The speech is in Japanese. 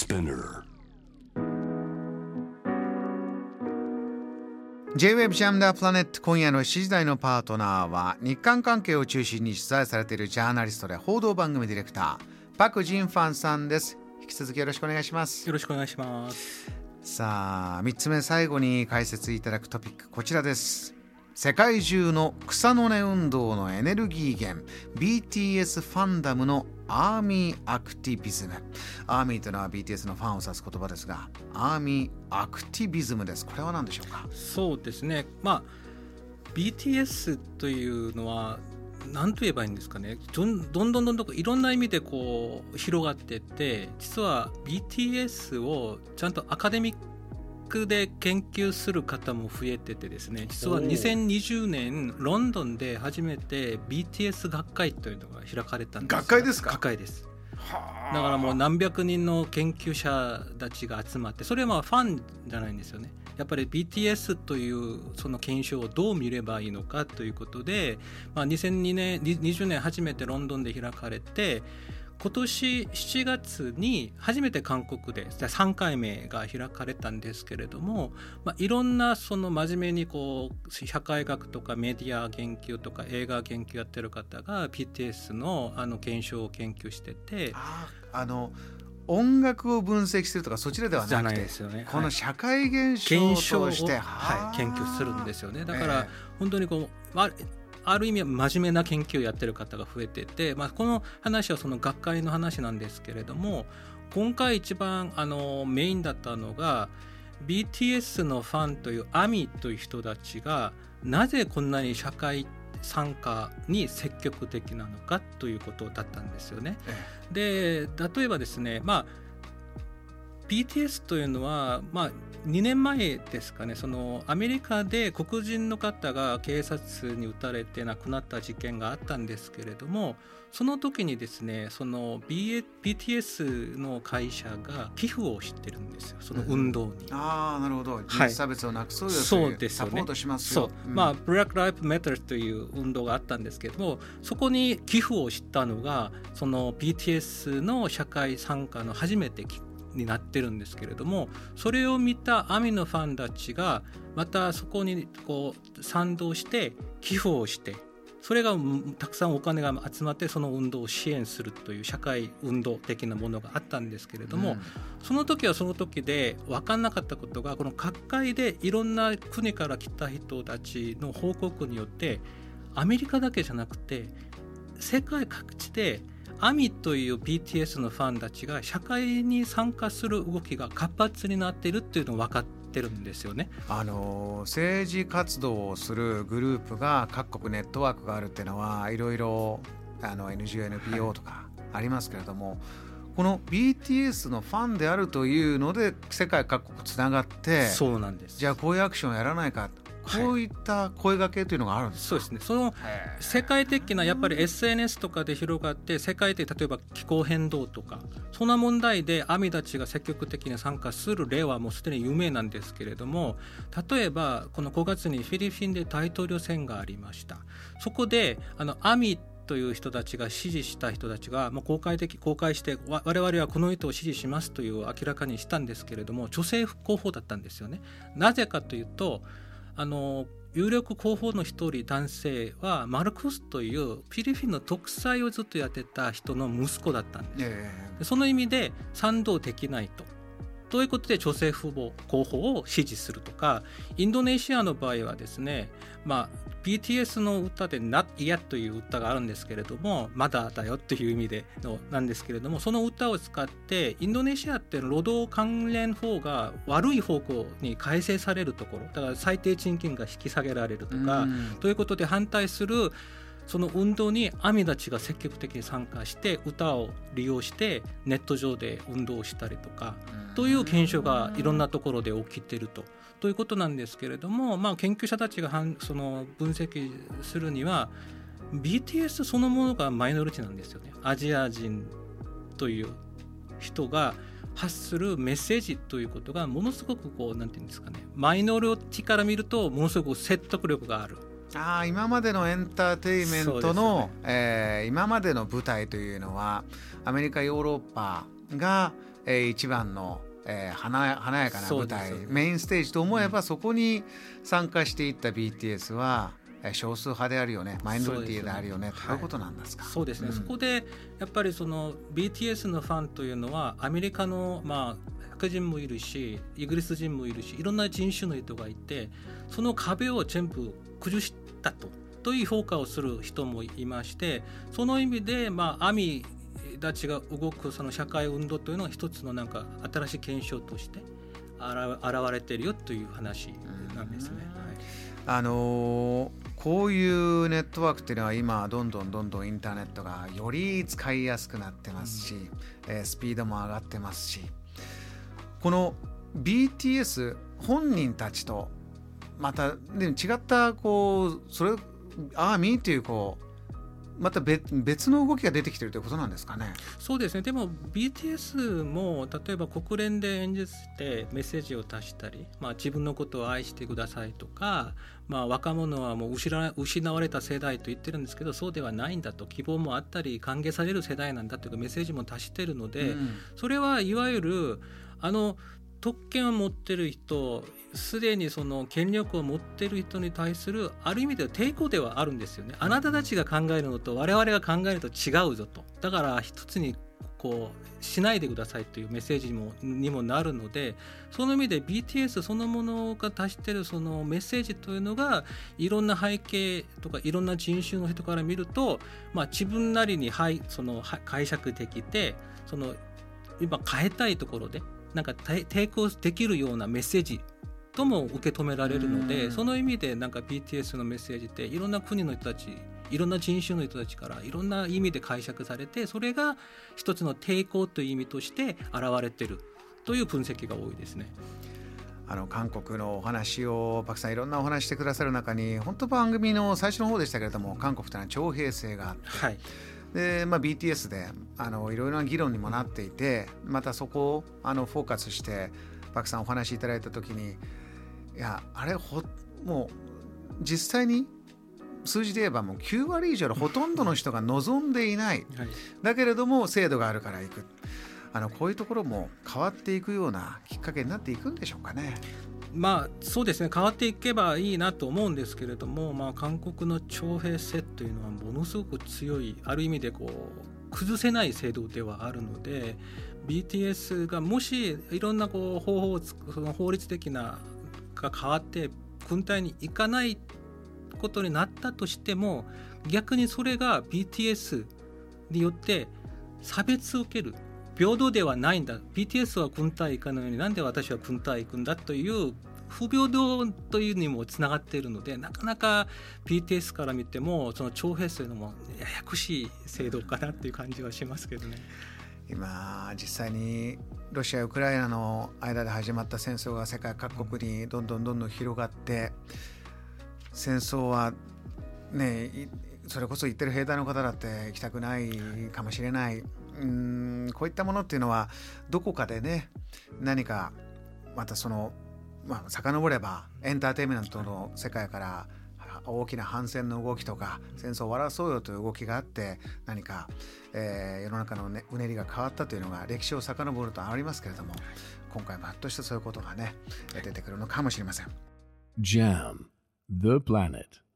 Spinner J-Web ジャムダープラネット、今夜の7時台のパートナーは日韓関係を中心に取材されているジャーナリストで報道番組ディレクターパク・ジンファンさんです。引き続きよろしくお願いします。 よろしくお願いします。 さあ3つ目、最後に解説いただくトピック、こちらです。世界中の草の根運動のエネルギー源 BTS ファンダムのアーミーアクティビズム。アーミーというのは BTS のファンを指す言葉ですが、アーミーアクティビズムです。これは何でしょうか？ そうですね、BTS というのは何と言えばいいんですかね。どんどんいろんな意味でこう広がっていって、実は BTS をちゃんとアカデミックで研究する方も増えててですね、実は2020年ロンドンで初めて BTS 学会というのが開かれたんです。 学会ですか？ 学会です。だからもう何百人の研究者たちが集まって、それはファンじゃないんですよね。やっぱり BTS というその検証をどう見ればいいのかということで、2020年初めてロンドンで開かれて、今年7月に初めて韓国で3回目が開かれたんですけれども、いろんなその真面目にこう社会学とかメディア研究とか映画研究やってる方が BTS の検証を研究してて、 音楽を分析するとかそちらではなくて、 じゃないですよね、 この社会現象を通して、 研究するんですよね。だから本当にこうある意味真面目な研究をやってる方が増えてて、この話はその学会の話なんですけれども、今回一番メインだったのが BTS のファンというアミという人たちがなぜこんなに社会参加に積極的なのかということだったんですよね。で、例えばですね、BTS というのは、2年前ですかね、そのアメリカで黒人の方が警察に撃たれて亡くなった事件があったんですけれども、その時にですね、その BTS の会社が寄付をしてるんですよ、その運動に。 なるほど。人種差別をなくそうよというサポートしますよ。 Black Lives Matter という運動があったんですけども、そこに寄付をしたのがその BTS の社会参加の初めてになってるんですけれども、それを見たアミのファンたちがまたそこにこう賛同して寄付をして、それがたくさんお金が集まってその運動を支援するという社会運動的なものがあったんですけれども、その時はその時で分かんなかったことが、この各界でいろんな国から来た人たちの報告によって、アメリカだけじゃなくて世界各地でアミという BTS のファンたちが社会に参加する動きが活発になっているっていうのが分かってるんですよね。 政治活動をするグループが各国ネットワークがあるっていうのはいろいろNGO、NPO とかありますけれども、この BTS のファンであるというので世界各国つながって、 そうなんです。 じゃあこういうアクションをやらないか、こういった声掛けというのがあるんですか？ そうですね。その世界的なやっぱり SNS とかで広がって、世界的、例えば気候変動とかそんな問題でアミたちが積極的に参加する例はもうすでに有名なんですけれども、例えばこの5月にフィリピンで大統領選がありました。そこでアミという人たちが支持した人たちがもう公開して我々はこの人を支持しますという明らかにしたんですけれども、女性候補だったんですよね。なぜかというと、有力候補の一人男性はマルコスというフィリピンの独裁をずっとやってた人の息子だったんです。その意味で賛同できないということで女性候補を支持するとか、インドネシアの場合はですね、BTS の歌で Not Yet という歌があるんですけれども、まだだよという意味でのなんですけれども、その歌を使ってインドネシアって労働関連法が悪い方向に改正されるところだから、最低賃金が引き下げられるとかということで反対するその運動にアミたちが積極的に参加して、歌を利用してネット上で運動をしたりとかという現象がいろんなところで起きているということなんですけれども、研究者たちがその分析するには BTS そのものがマイノリティなんですよね。アジア人という人が発するメッセージということがものすごくなんていうんですかね、マイノリティから見るとものすごく説得力がある。 今までのエンターテインメントの、今までの舞台というのはアメリカ、ヨーロッパ、 が、一番の、華やかな舞台、メインステージと思えば、そこに参加していった BTS は少数派であるよね、マイノリティであるよね、ということなんですか。 そうですね、そこでやっぱりその BTS のファンというのはアメリカの白人もいるしイギリス人もいるしいろんな人種の人がいて、その壁を全部崩したという評価をする人もいまして、その意味でアミたちが動くその社会運動というのは一つのなんか新しい現象として現れているよという話なんですね。 こういうネットワークっていうのは今どんどんインターネットがより使いやすくなってますし、スピードも上がってますし、この BTS 本人たちとまた、ね、違ったこうそれアーミーというこうまた別の動きが出てきているということなんですかね。 そうですね。でも BTS も例えば国連で演説してメッセージを出したり、自分のことを愛してくださいとか、若者はもう失われた世代と言ってるんですけど、そうではないんだと、希望もあったり歓迎される世代なんだというメッセージも出してるので、それはいわゆる特権を持ってる人、すでにその権力を持ってる人に対するある意味では抵抗ではあるんですよね。あなたたちが考えるのと我々が考えると違うぞと、だから一つにこうしないでくださいというメッセージにもなるので、その意味で BTS そのものが出してるそのメッセージというのがいろんな背景とかいろんな人種の人から見ると、自分なりにその解釈できて、その今変えたいところでなんか抵抗できるようなメッセージとも受け止められるので、その意味でなんか BTS のメッセージっていろんな国の人たち、いろんな人種の人たちからいろんな意味で解釈されて、それが一つの抵抗という意味として現れているという分析が多いですね。 韓国のお話をパクさんいろんなお話してくださる中に、本当番組の最初の方でしたけれども、韓国というのは徴兵制があって、でBTS でいろいろな議論にもなっていて、またそこをフォーカスしてパクさんお話しいただいた時に、いやもう実際に数字で言えばもう9割以上のほとんどの人が望んでいない、だけれども制度があるから行く、こういうところも変わっていくようなきっかけになっていくんでしょうかね。 そうですね、変わっていけばいいなと思うんですけれども、韓国の徴兵制というのはものすごく強い、ある意味でこう崩せない制度ではあるので、 BTS がもしいろんなこう方法をその法律的なが変わって軍隊に行かないことになったとしても、逆にそれが BTS によって差別を受ける、平等ではないんだ、 BTS は軍隊行かないのになんで私は軍隊行くんだという不平等というにもつながっているので、なかなか BTS から見てもその徴兵制のもややこしい制度かなっていう感じはしますけどね。 今実際にロシア・ウクライナの間で始まった戦争が世界各国にどんどん広がって、戦争はね、それこそ言ってる兵隊の方だって行きたくないかもしれない。こういったものっていうのはどこかでね、何かまたその遡ればエンターテインメントの世界から大きな反戦の動きとか戦争を終わらそうよという動きがあって、何か、世の中の、うねりが変わったというのが歴史を遡るとありますけれども、今回もひょっとしてそういうことがね出てくるのかもしれません。 JAM The Planet